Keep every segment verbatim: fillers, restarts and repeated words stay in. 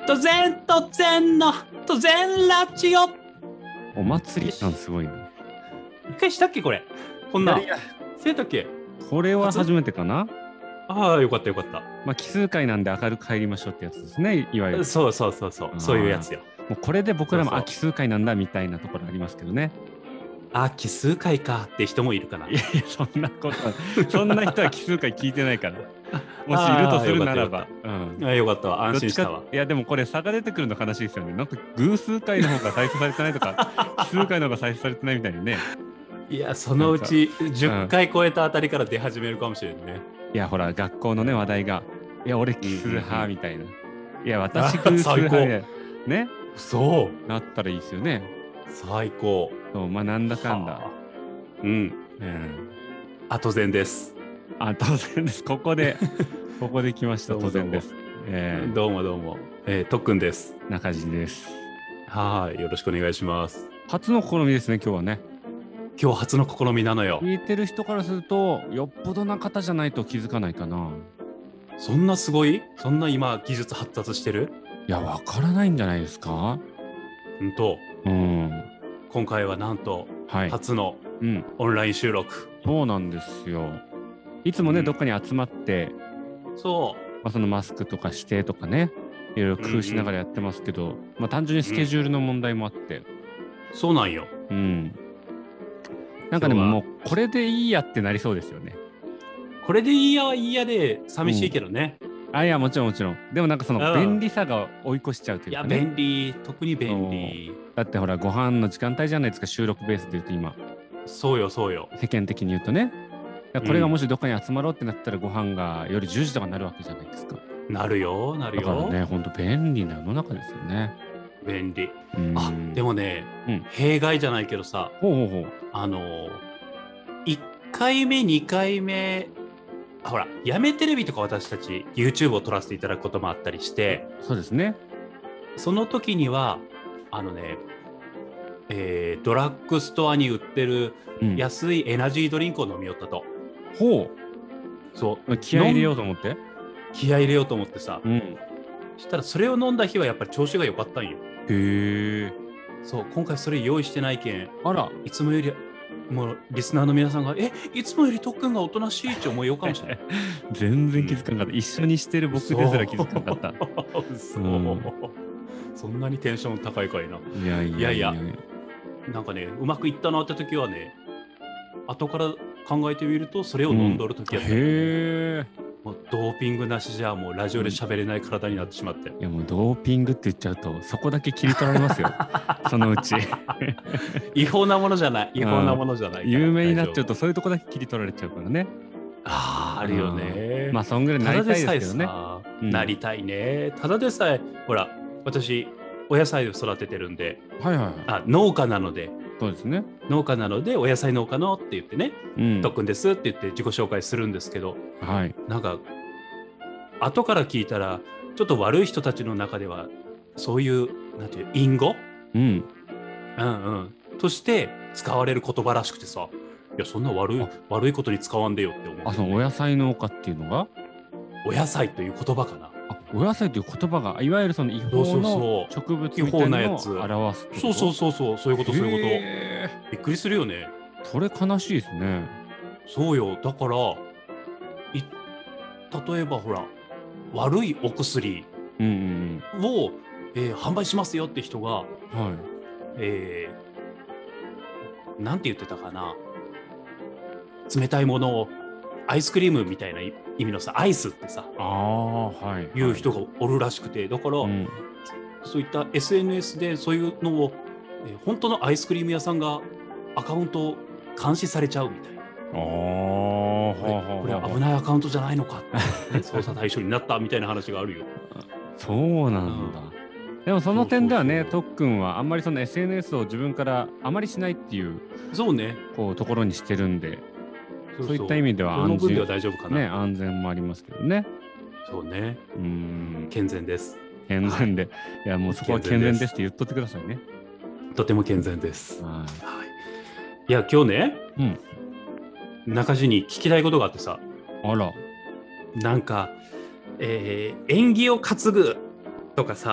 突然突然の突然ラジオ。 お祭り感すごいね。 一回したっけこれ。こんな。 いやいやせたっけ。 これは初めてかな。 ああよかったよかった。 まあ奇数回なんで明るく入りましょうってやつですね。いわゆる。 そうそうそうそうそういうやつよ。 もうこれで僕らもそうそうあ奇数回なんだみたいなところありますけどね。 あ奇数回かって人もいるかな。 いやいやそんなことはそんな人は奇数回聞いてないから。もしいるとするならば。 うん。あよかったわ安心したわ。 いやでもこれ差が出てくるの悲しいですよね。なんか偶数回の方が再生されてないとか奇数回の方が再生されてないみたいにね。 いやそのうちじゅっかい超えたあたりから出始めるかもしれんね。 いやほら学校のね話題がいや俺奇数派みたいな、いや私偶偶数派みたいなねそうなったらいいですよね。 最高。 そうまあなんだかんだうん、 うんあ当然です。 あ当然です。ここでここで来ました当然です。えー、 どうもどうも、えー、とっくんです。 中地です。 はいよろしくお願いします。 初の試みですね今日はね。 今日初の試みなのよ。 聞いてる人からするとよっぽどな方じゃないと気づかないかな。 そんなすごいそんな今技術発達してる。 いやわからないんじゃないですか。 うんと、 うん、 今回はなんとはい、 初のうん、 オンライン収録。 そうなんですよ。いつもね、うん、どっかに集まってそう、 まあ、そのマスクとか指定とかねいろいろ工夫しながらやってますけど、うんうん、まあ、単純にスケジュールの問題もあって、うん、 そうなんよ。 うんなんかでももうこれでいいやってなりそうですよね。 これでいいやはいいやで寂しいけどね、 うん、あいやもちろんもちろんでもなんかその便利さが追い越しちゃうというかね。 いや便利特に便利だってほらご飯の時間帯じゃないですか収録ベースで言うと今。 そうよそうよ世間的に言うとね。これがもしどっかに集まろうってなったらご飯が夜じゅうじとかになるわけじゃないですか。 なるよなるよ。 だからねほんと便利な世の中ですよね。 便利。あでもね、うん、弊害じゃないけどさほうほうほうあのいっかいめにかいめほらやめテレビとか私たち YouTube を撮らせていただくこともあったりして。 そうですね。 その時にはあのね、えー、ドラッグストアに売ってる安いエナジードリンクを飲みよったと、 うん、ほうそう気合い入れようと思って気合い入れようと思ってさ、 うん、 そしたらそれを飲んだ日はやっぱり調子が良かったんよ。 へえ。 そう今回それ用意してないけんあらいつもよりもうリスナーの皆さんがえいつもよりとっくんがおとなしいって思いようかもしれない全然気づかなかった、うん、一緒にしてる僕ですら気づかなかったそう、うん、そんなにテンション高いかいな。 いやいやいやいやなんかねうまくいったなって時はね後から考えてみるとそれを飲んどる時やった、ね、うん、へえ。 もうドーピングなしじゃもうラジオで喋れない体になってしまって、うん、 いやもうドーピングって言っちゃうとそこだけ切り取られますよそのうち違法なものじゃない違法なものじゃない有名になっちゃうとそういうとこだけ切り取られちゃうからね。 あああるよね。 まあそんぐらいなりたいですけどね、 うん、なりたいね。ただでさえほら私お野菜を育ててるんで、 はいはいはい、 あ農家なのでそうですね農家なのでお野菜農家のって言ってね、 うん、 とっくんですって言って自己紹介するんですけど、 はい、 なんか後から聞いたらちょっと悪い人たちの中ではそういうなんていう隠語、 うん、 うんうんとして使われる言葉らしくてさ、いやそんな悪い悪いことに使わんでよって思う、ね、 あそのお野菜農家っていうのがお野菜という言葉かな。 あお野菜という言葉がいわゆるその違法の植物みたいなのを表すってこと。 そうそうそうそうそういうことそういうこと。びっくりするよね。 それ悲しいですね。 そうよだからい例えばほら悪いお薬を、うんうんうんえー、販売しますよって人が、はいえー、なんて言ってたかな、冷たいものをアイスクリームみたいな意味のさアイスってさあ、はい、 いう人がおるらしくて、だから、うん、そういった エスエヌエス でそういうのを、えー、本当のアイスクリーム屋さんがアカウントを監視されちゃうみたいな。あこれ、これ危ないアカウントじゃないのかって、ね、捜査対象になったみたいな話があるよ。 そうなんだ、うん、でもその点ではねとっくんはあんまりその エスエヌエス を自分からあまりしないっていうそうねこうところにしてるんで、そういった意味では安全、大丈夫かな、ね、安全もありますけどね。 そうねうーん健全です。 健全で、はい、いやもうそこは健全ですって言っとってくださいね。 とても健全です。はい、はい、いや今日ね、うん中地に聞きたいことがあってさ。 あら。 なんか、えー、縁起を担ぐとかさ、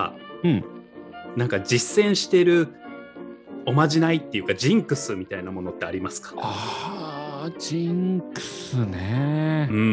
うん、 なんか実践してるおまじないっていうかジンクスみたいなものってありますか？ あージンクスね。 うんうんうん。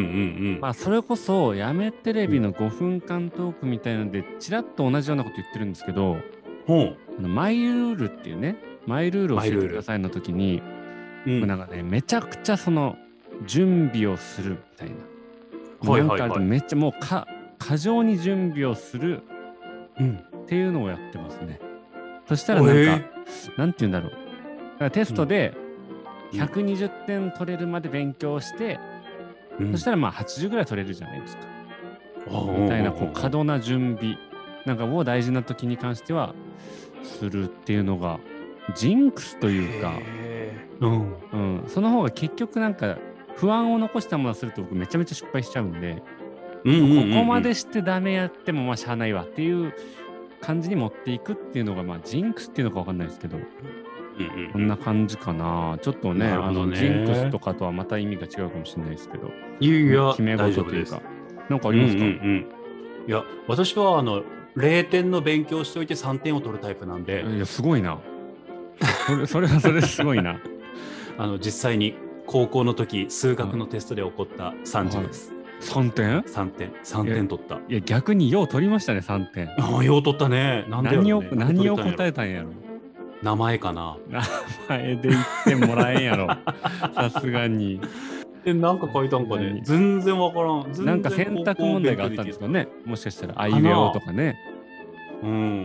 まあそれこそやめテレビのごふんかんトークみたいなのでちらっと同じようなこと言ってるんですけど、 ほうあのマイルールっていうね、マイルールを教えてくださいの時に、 うん、 なんかねめちゃくちゃその準備をするみたいな。 はいはいはいなんかあるとめっちゃもうか過剰に準備をするうんっていうのをやってますね。そしたらなんか、 えなんて言うんだろう。だからテストでうんひゃくにじゅってん取れるまで勉強して、 うんそしたらまあはちじゅうぐらい取れるじゃないですか。 みみたいなこう過度な準備なんかを大事な時に関してはするっていうのがジンクスというか、 うん、 うん、その方が結局なんか不安を残したまますると僕めちゃめちゃ失敗しちゃうんで、 うんうんうんうん、 ここまでしてダメやってもまあしゃあないわっていう感じに持っていくっていうのがまあジンクスっていうのか分かんないですけど、 うんうん、 こんな感じかな。ちょっとね、 なるほどねあのジンクスとかとはまた意味が違うかもしれないですけど、 いやいや決め大丈夫です。 事というか、なんかありますか？ うんうんうん、いや私はあのれいてんの勉強しておいてさんてんを取るタイプなんで、 いやすごいな。それそれはそれすごいな。 あの実際に高校の時数学のテストで起こったさんじです。 さんてん？ さんてん、さんてん取った。 いや逆によう取りましたね、さんてん。 ああ、よう取ったね。なんでやろ何をね、 何を答取れたんやろえたんやろ。 名前かな。 名前で言ってもらえんやろ。さすがに。 え、なんか書いたんかね。 何全然わからん。全然なんか選択問題があったんですかね。もしかしたらあいうえおとかね。 うん。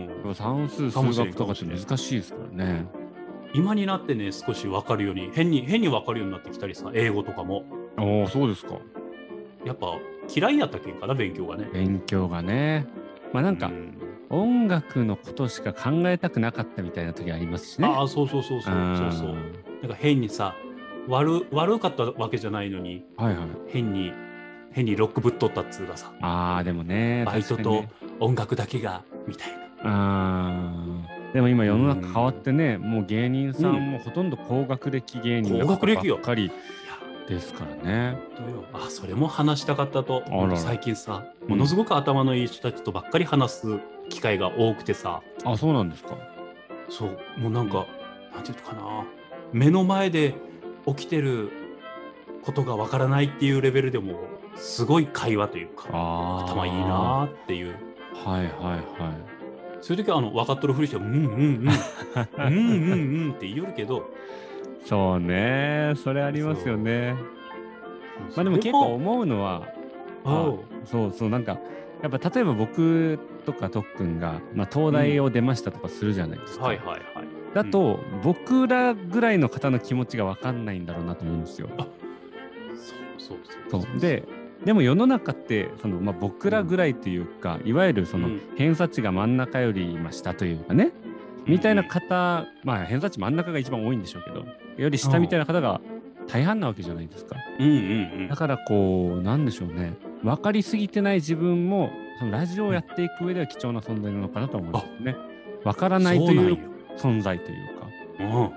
算数数学とかって難しいですからね。 今になってね、少しわかるように、変に変にわかるようになってきたりさ、英語とかも。 おお、そうですか。 やっぱ嫌いやったけんかな、勉強がね。 勉強がね。まあなんか、 うん音楽のことしか考えたくなかったみたいな時ありますしね。 ああ、そうそうそうそうそうそう。なんか変にさ、悪悪かったわけじゃないのに、 はいはい。 変に変にロックぶっとったっつうかさ、 ああ、でもね。 バイトと確かにね音楽だけがみたいな。 あーでも今世の中変わってね、もう芸人さんもほとんど高学歴芸人の高学歴よばっかりですからね。 あ、それも話したかったと。 あらら最近さ、 うんものすごく頭のいい人たちとばっかり話す機会が多くてさ、 あ、そうなんですか。 そうもうなんか、なんていうのかな、目の前で起きてることがわからないっていうレベルでもすごい会話というか、 あ頭いいなーっていう。 はいはいはい。 そういう時はあの分かっとるふりして、うんうんうん、うんうんうんって言いよるけど、 そうね、それありますよね。まあでも結構思うのは、あそうそう、なんか、やっぱ例えば僕とかとっくんが、まあ、東大を出ましたとかするじゃないですか。 はいはいはい。 だと、うん、僕らぐらいの方の気持ちが分かんないんだろうなと思うんですよ。 あそうそうそう。 で、でも世の中ってその、まあ、僕らぐらいというか、いわゆるその、うん、偏差値が真ん中より下というかね、うん、みたいな方、まあ偏差値真ん中が一番多いんでしょうけど、より下みたいな方が大半なわけじゃないですか。 うんうんうん、 だからこう、なんでしょうね、分かりすぎてない自分も、そのラジオをやっていく上では貴重な存在なのかなと思うんですね。分からないという存在というか。 うんうんうんうん。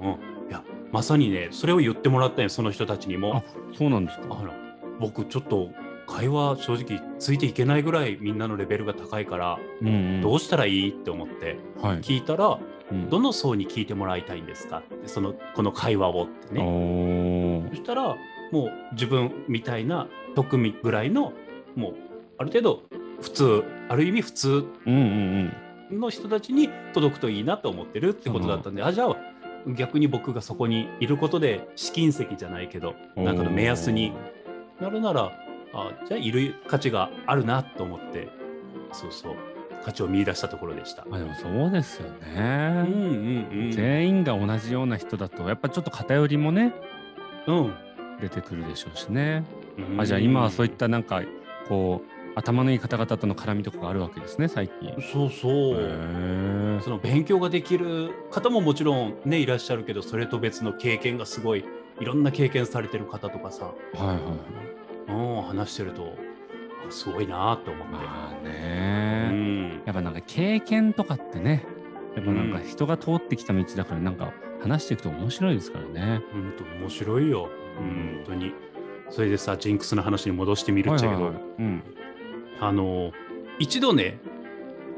いや、まさにね、それを言ってもらったよ、その人たちにも。 あ、そうなんですか。 あら、僕ちょっと会話正直ついていけないぐらいみんなのレベルが高いから、うんうん、どうしたらいいって思って聞いたら、はいうん、どの層に聞いてもらいたいんですかってそのこの会話をってね。そしたらもう自分みたいな特みぐらいのもうある程度普通ある意味普通の人たちに届くといいなと思ってるってことだったんで、あじゃあ逆に僕がそこにいることで試金石じゃないけどなんかの目安になるならあじゃあいる価値があるなと思ってそうそう価値を見出したところでした。 あでもそうですよね、うんうんうん、全員が同じような人だとやっぱちょっと偏りもね、うん、出てくるでしょうしね。あじゃあ今はそういったなんかこう頭のいい方々との絡みとかがあるわけですね最近。 そうそうその勉強ができる方ももちろんねいらっしゃるけどそれと別の経験がすごいいろんな経験されてる方とかさ、はいはいはい、話してるとすごいなと思って。 まあね、うん、やっぱなんか経験とかってねやっぱなんか人が通ってきた道だからなんか話していくと面白いですからね。 本当面白いよ、うん、本当に。それでさジンクスの話に戻してみるっちゃけど、はいはいはいうん、あの一度ね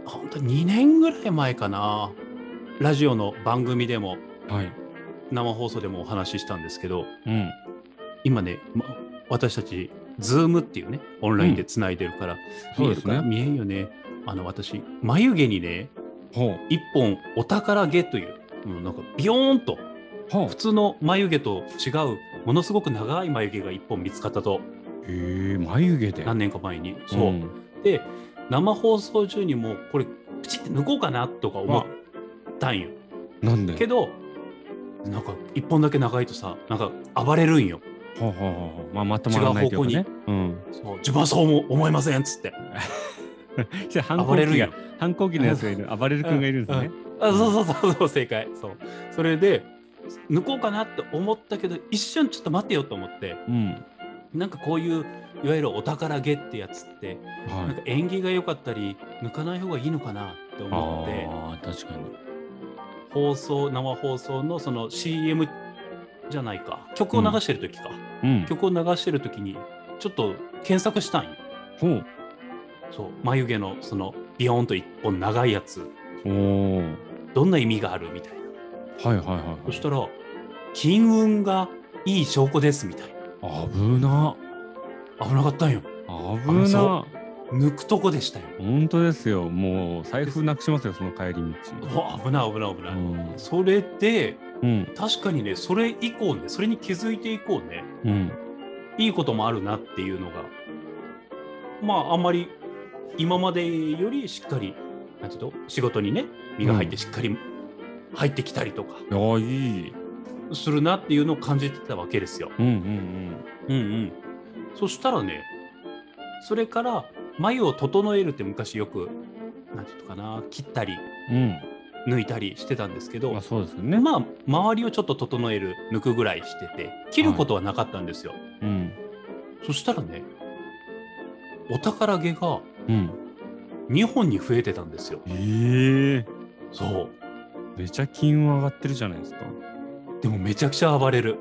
本当にねんぐらい前かな、ラジオの番組でも、はい、生放送でもお話ししたんですけど、うん、今ね、ま、私たち Zoom っていうねオンラインでつないでるから、うん、見えるか、ね、見えんよね。あの私眉毛にね一本お宝毛という、うん、なんかビヨーンと普通の眉毛と違うものすごく長い眉毛が一本見つかったと。 へえ、眉毛で何年か前に。そう、うん、で生放送中にもこれプチって抜こうかなとか思ったんよ。 なんで？ けどなんか一本だけ長いとさ、なんか暴れるんよ。 ほうほうほう、まあ、まとまらないというかね。 違う方向に、うん、そう自分はそうも思いませんっつって暴れるんよ。反抗期のやつがいる、暴れる君がいるんですね。 あ、そうそうそうそう、正解。そう、それで抜こうかなって思ったけど、一瞬ちょっと待ってよと思って、うん、なんかこういういわゆるお宝毛ってやつって、はい、なんか縁起が良かったり抜かない方がいいのかなって思って。 あ、確かに放送生放送のその シーエム じゃないか、曲を流してる時か、うん、曲を流してる時にちょっと検索したんよ。ほう、そう眉毛のそのビヨーンと一本長いやつ、おどんな意味があるみたいな。はいはいはい、はい、そしたら金運がいい証拠ですみたいな。危な危なかったんよ。 危な抜くとこでしたよ。 本当ですよ。もう財布なくしますよ、その帰り道。危ない危ない危ない、うん、それで、うん、確かにね、それ以降ね、それに気づいていこうね、うん、いいこともあるなっていうのが、まああんまり今までよりしっかりなんていうと仕事にね身が入ってしっかり入ってきたりとか、うん、あいいするなっていうのを感じてたわけですよ。うんうんうんうんうん。そしたらね、それから眉を整えるって昔よくなんていうのかな、切ったり、うん、抜いたりしてたんですけど、まあそうですよね。まあ周りをちょっと整える抜くぐらいしてて切ることはなかったんですよ。はい、うん、そしたらね、お宝毛がにほんに増えてたんですよ。 えー、 そう。 めちゃ金運上がってるじゃないですか。 でもめちゃくちゃ暴れる。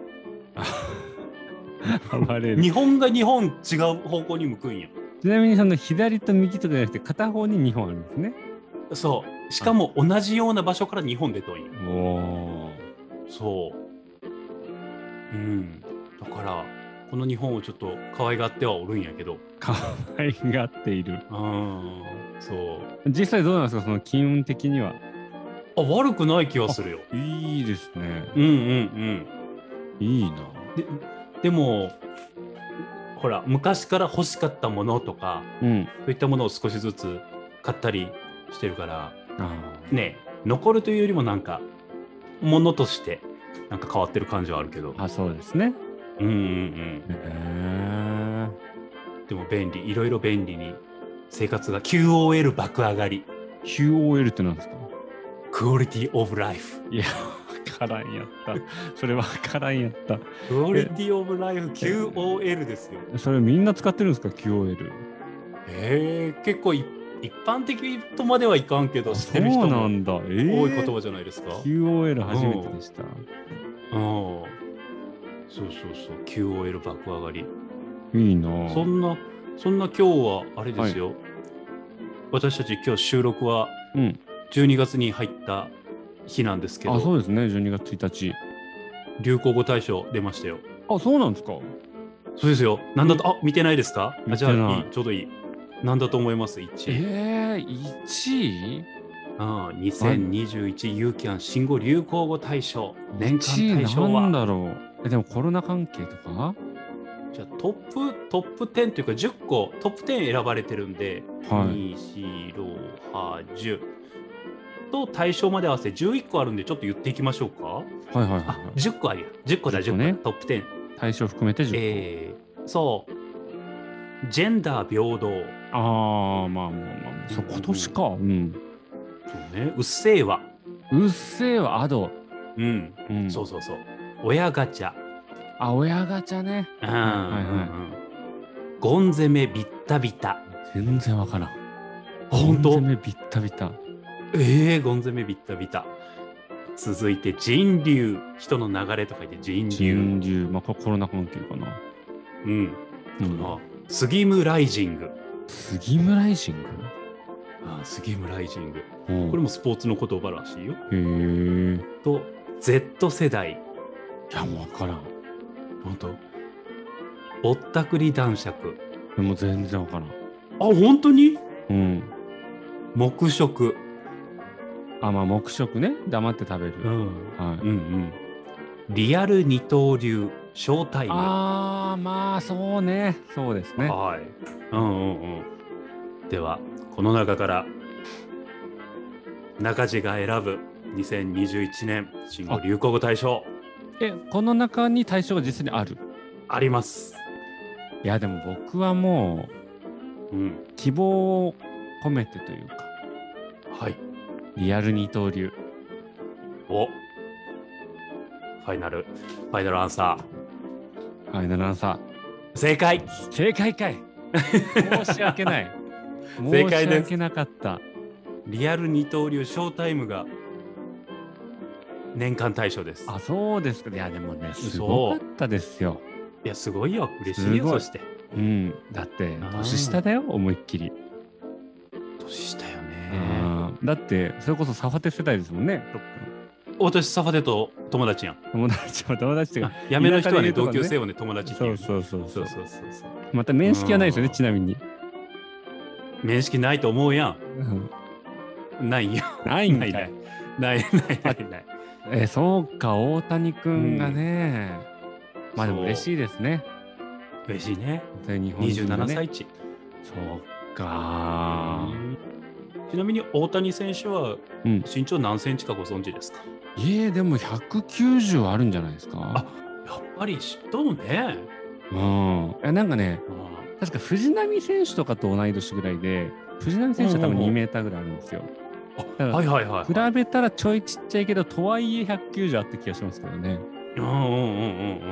暴れる。 にほんがにほん違う方向に向くんよ。 ちなみにその左と右とかじゃなくて片方ににほんあるんですね。 そう。しかも同じような場所からにほん出とんよ。おー。そう。うん。だからこのにほんをちょっと可愛がってはおるんやけど。 可愛がっている。 うん。そう。 実際どうなんですか、その金運的には。 あ、悪くない気はするよ。 いいですね。 うんうんうん。 いいな。 で、でもほら昔から欲しかったものとか、うん、そういったものを少しずつ買ったりしてるから、あね、残るというよりもなんかものとしてなんか変わってる感じはあるけど。 あ、そうですね。 うんうんうん。へー。でも便利、いろいろ便利に生活が キューオーエル 爆上がり。 キューオーエル って何ですか？ クオリティオブライフ。 いや、わからんやった。それわからんやった。 クオリティオブライフ キューオーエル ですよ。 それみんな使ってるんですか キューオーエル？ えー、結構一般的とまではいかんけど、知ってる人も多い言葉じゃないですか。 キューオーエル 初めてでした。うん、 そうそうそう、キューオーエル 爆上がり。 いいな。 そんな、そんな今日はあれですよ。はい、私たち今日収録はじゅうにがつに入った日なんですけど。 あ、そうですね。じゅうにがつついたち。 流行語大賞出ましたよ。 あ、そうなんですか。 そうですよ。なんだと、あ、見てないですか？あ、じゃあいい、ちょうどいい。なんだと思います？いちい。 えー、いちい？ ああ、にせんにじゅういちユーキャン新語・流行語大賞年間大賞は。 なんだろう。え、でもコロナ関係とか？ じゃあトップトップじゅうというかじゅっこトップじゅう選ばれてるんで、はい、に、よん、はち、じゅうと大賞まで合わせじゅういっこあるんでちょっと言っていきましょうか。 はいはいはい、はい、 じゅっこあるよ。じゅっこだ、じゅっこ、ね、トップじゅう。 大賞含めてじゅっこ。 えー、そう。ジェンダー平等。 ああ、まあまあまあ、そう、今年か。うん。 そうね。うっせぇわ。 うっせぇわ、アド。 うん、うん。そうそうそう。親ガチャ。 あ、親ガチャね。 うん。はいはいはい。ゴン攻めビッタビタ。 全然わからん。 本当？ ゴン攻めビッタビタ。 ええー、ゴン攻めビッタビタ。続いて人流。人の流れと書いて人流。 人流。まあ、これコロナ関係かな。 うん。うん。スギムライジング。 スギムライジング？ ああ、スギムライジング。 うんこれもスポーツの言葉らしいよ。 へえ。 と、Z 世代。 いや、もう分からん。 ほんと。ぼったくり男爵。 でも全然分からん。 あ、本当にうん。 黙食。 あ、まあ黙食ね。黙って食べる。 うん。 はい。 うんうん。リアル二刀流、ショータイム。 ああ、まあそうね。そうですね。 はい。うんうんうん。では、この中から、中地が選ぶにせんにじゅういちねん新語・流行語大賞。 え、この中に大賞が実際にある？ あります。 いや、でも僕はもう、うん、希望を込めてというか、 はい。 リアル二刀流。 お、ファイナル、ファイナルアンサー。ファイナルアンサー。正解。 正解かい。申し訳ない。 正解です。 申し訳なかった。 リアル二刀流ショータイムが年間大賞です。 あ、そうですか。いや、でもね、すごかったですよ。 いや、すごいよ。嬉しいよ、そして。 うん。だって、年下だよ、思いっきり。 年下よね。 だって、それこそサファテ世代ですもんね、ロックの。私、サファテと友達やん。 友達は友達が。 やめの人はね、同級生をね、友達っていう。 そうそうそうそうそうそう。 また面識はないですよね、ちなみに。 面識ないと思うやん。ないよ。 ないんかい。 ないないないない。 え、そうか、大谷君がね。まあでも嬉しいですね。 嬉しいね。 にじゅうななさいち。 そうか。 ちなみに大谷選手は身長何センチかご存知ですか？ いえ、でもひゃくきゅうじゅうあるんじゃないですか？ あ、やっぱり知っとるね。 うん。え、なんかね、確か藤浪選手とかと同い年ぐらいで、藤浪選手は多分にメーターぐらいあるんですよ。 はいはいはい。 比べたらちょいちっちゃいけど、とはいえひゃくきゅうじゅうあった気がしますけどね。 うんうんうんうんうん。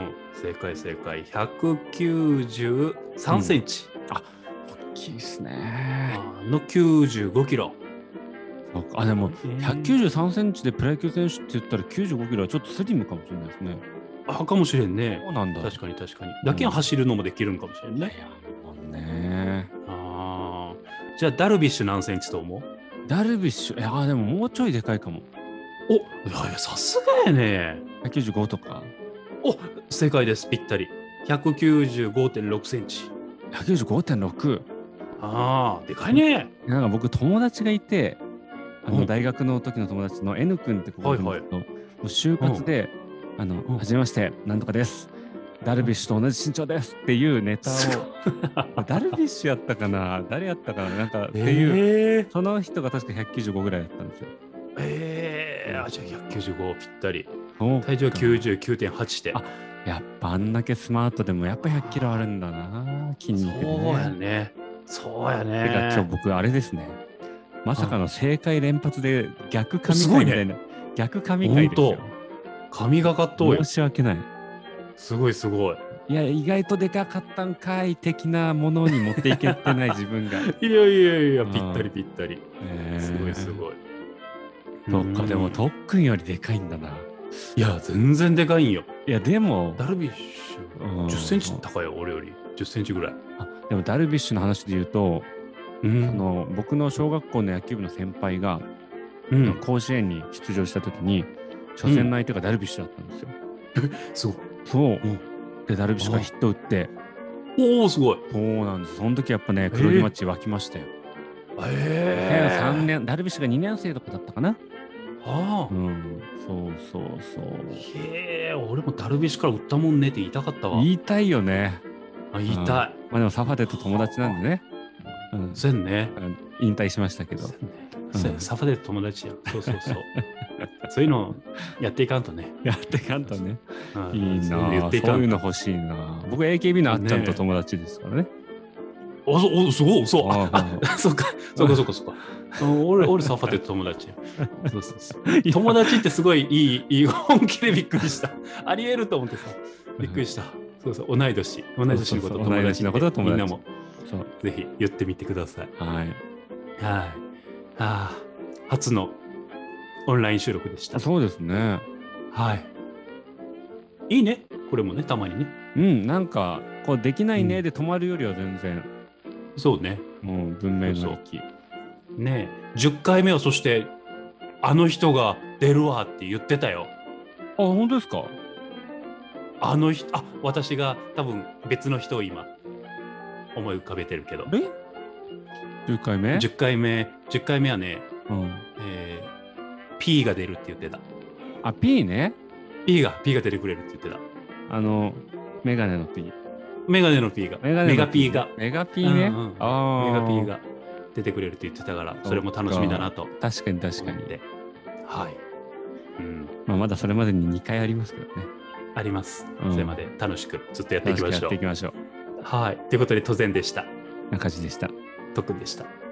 正解正解。ひゃくきゅうじゅうさんセンチ。 あ、大きいですね。 のきゅうじゅうごキロ。 あ、でもひゃくきゅうじゅうさんセンチでプロ野球選手って言ったらきゅうじゅうごキロはちょっとスリムかもしれないですね。 あ、かもしれんね。 そうなんだ。 確かに確かに。だけ走るのもできるんかもしれんね。 いや、ね。 ああ。じゃあダルビッシュ何センチと思う？ ダルビッシュ、いや、でももうちょいでかいかも。 お、いやいや、さすがやね。 ひゃくきゅうじゅうごとか。 お、正解です。ぴったり。ひゃくきゅうじゅうごてんろくセンチ。 ひゃくきゅうじゅうごてんろく。 ああ、でかいね。 なんか僕友達がいて、あの大学の時の友達の N 君って子がいるんですけど、就活で、あの、はじめまして、なんとかです。ダルビッシュと同じ身長ですっていうネタを、ダルビッシュやったかな、誰やったかな、なんかっていう、その人が確かひゃくきゅうじゅうごぐらいだったんですよ。 ええ、あ、じゃあひゃくきゅうじゅうごぴったり。体重は きゅうじゅうきゅうてんはち で。 あ、やっぱあんだけスマートでもやっぱひゃくキロあるんだな、筋肉でね。 そうやね。そうやね。 てか今日僕あれですね。まさかの正解連発で逆神回みたいな、ね、逆神回ですよ。 神がかっとうよ。 申し訳ない。すごいすごい。 いや、意外とでかかったんかい的なものに持っていけてない自分が。 いやいやいや、ぴったりぴったり。えー、すごいすごい。 そっか、でも特訓よりでかいんだな。 いや、全然でかいんよ。 いや、でも。 ダルビッシュ、じゅっセンチ高いよ、俺より。じゅっセンチぐらい。 あ、でもダルビッシュの話で言うと、うん、その僕の小学校の野球部の先輩が、うん、甲子園に出場した時に初戦の相手がダルビッシュだったんですよ。 そうそう、うん、でダルビッシュがヒット打っておおすごい。 そうなんです。その時やっぱね黒木町沸きましたよ。 ええー、 さんねんダルビッシュがにねん生とかだったかな。 ああ、 うん、そうそうそう。 へえ、俺もダルビッシュから打ったもんねって言いたかったわ。 言いたいよね。 あ、言いたい。うん、 まあでもサファテと友達なんでね。 うん、せんね。 引退しましたけど。 サファテと友達や。そうそうそう。そういうのやっていかんとね。 やっていかんとね。いいなぁ。そういうの欲しいな。僕 エーケービー のあっちゃんと友達ですからね。 あ、そう、すごい、そう。そっか、そっかそっかそっか。俺、俺サファテと友達や。そうそうそう。友達ってすごいいい、いい本気でびっくりした。ありえると思ってさ。びっくりした。そうそう、同い年。同い年のこと、友達のことみんなも。ぜひ言ってみてください。 はい。 はい。ああ、初のオンライン収録でした。 そうですね。 はい。いいね。これもね、たまにね。 うん、なんか、こう、できないねで止まるよりは全然。 そうね。 もう文明の利器。 ねえ、じゅっかいめはそしてあの人が出るわって言ってたよ。 あ、本当ですか？ あの人、あ、私が多分別の人を今思い浮かべてるけど。 え？じゅっかいめ？ じゅっかいめ、じゅっかいめはね、 うん、 えー、P が出るって言ってた。 あ、P ね。 P が、P が出てくれるって言ってた。 あの、メガネの P。 メガネの P が。 メガネの P メガ P が。 メガ P ね。 うんうん、 あメガ P が出てくれるって言ってたから、それも楽しみだなと。 確かに確かに。 はい。うん。 まあ、まだそれまでににかいありますけどね。 あります。 うん、 それまで楽しくずっとやっていきましょう。 やっていきましょう。 はい。ということで、当然でした。 中地でした。 特にでした。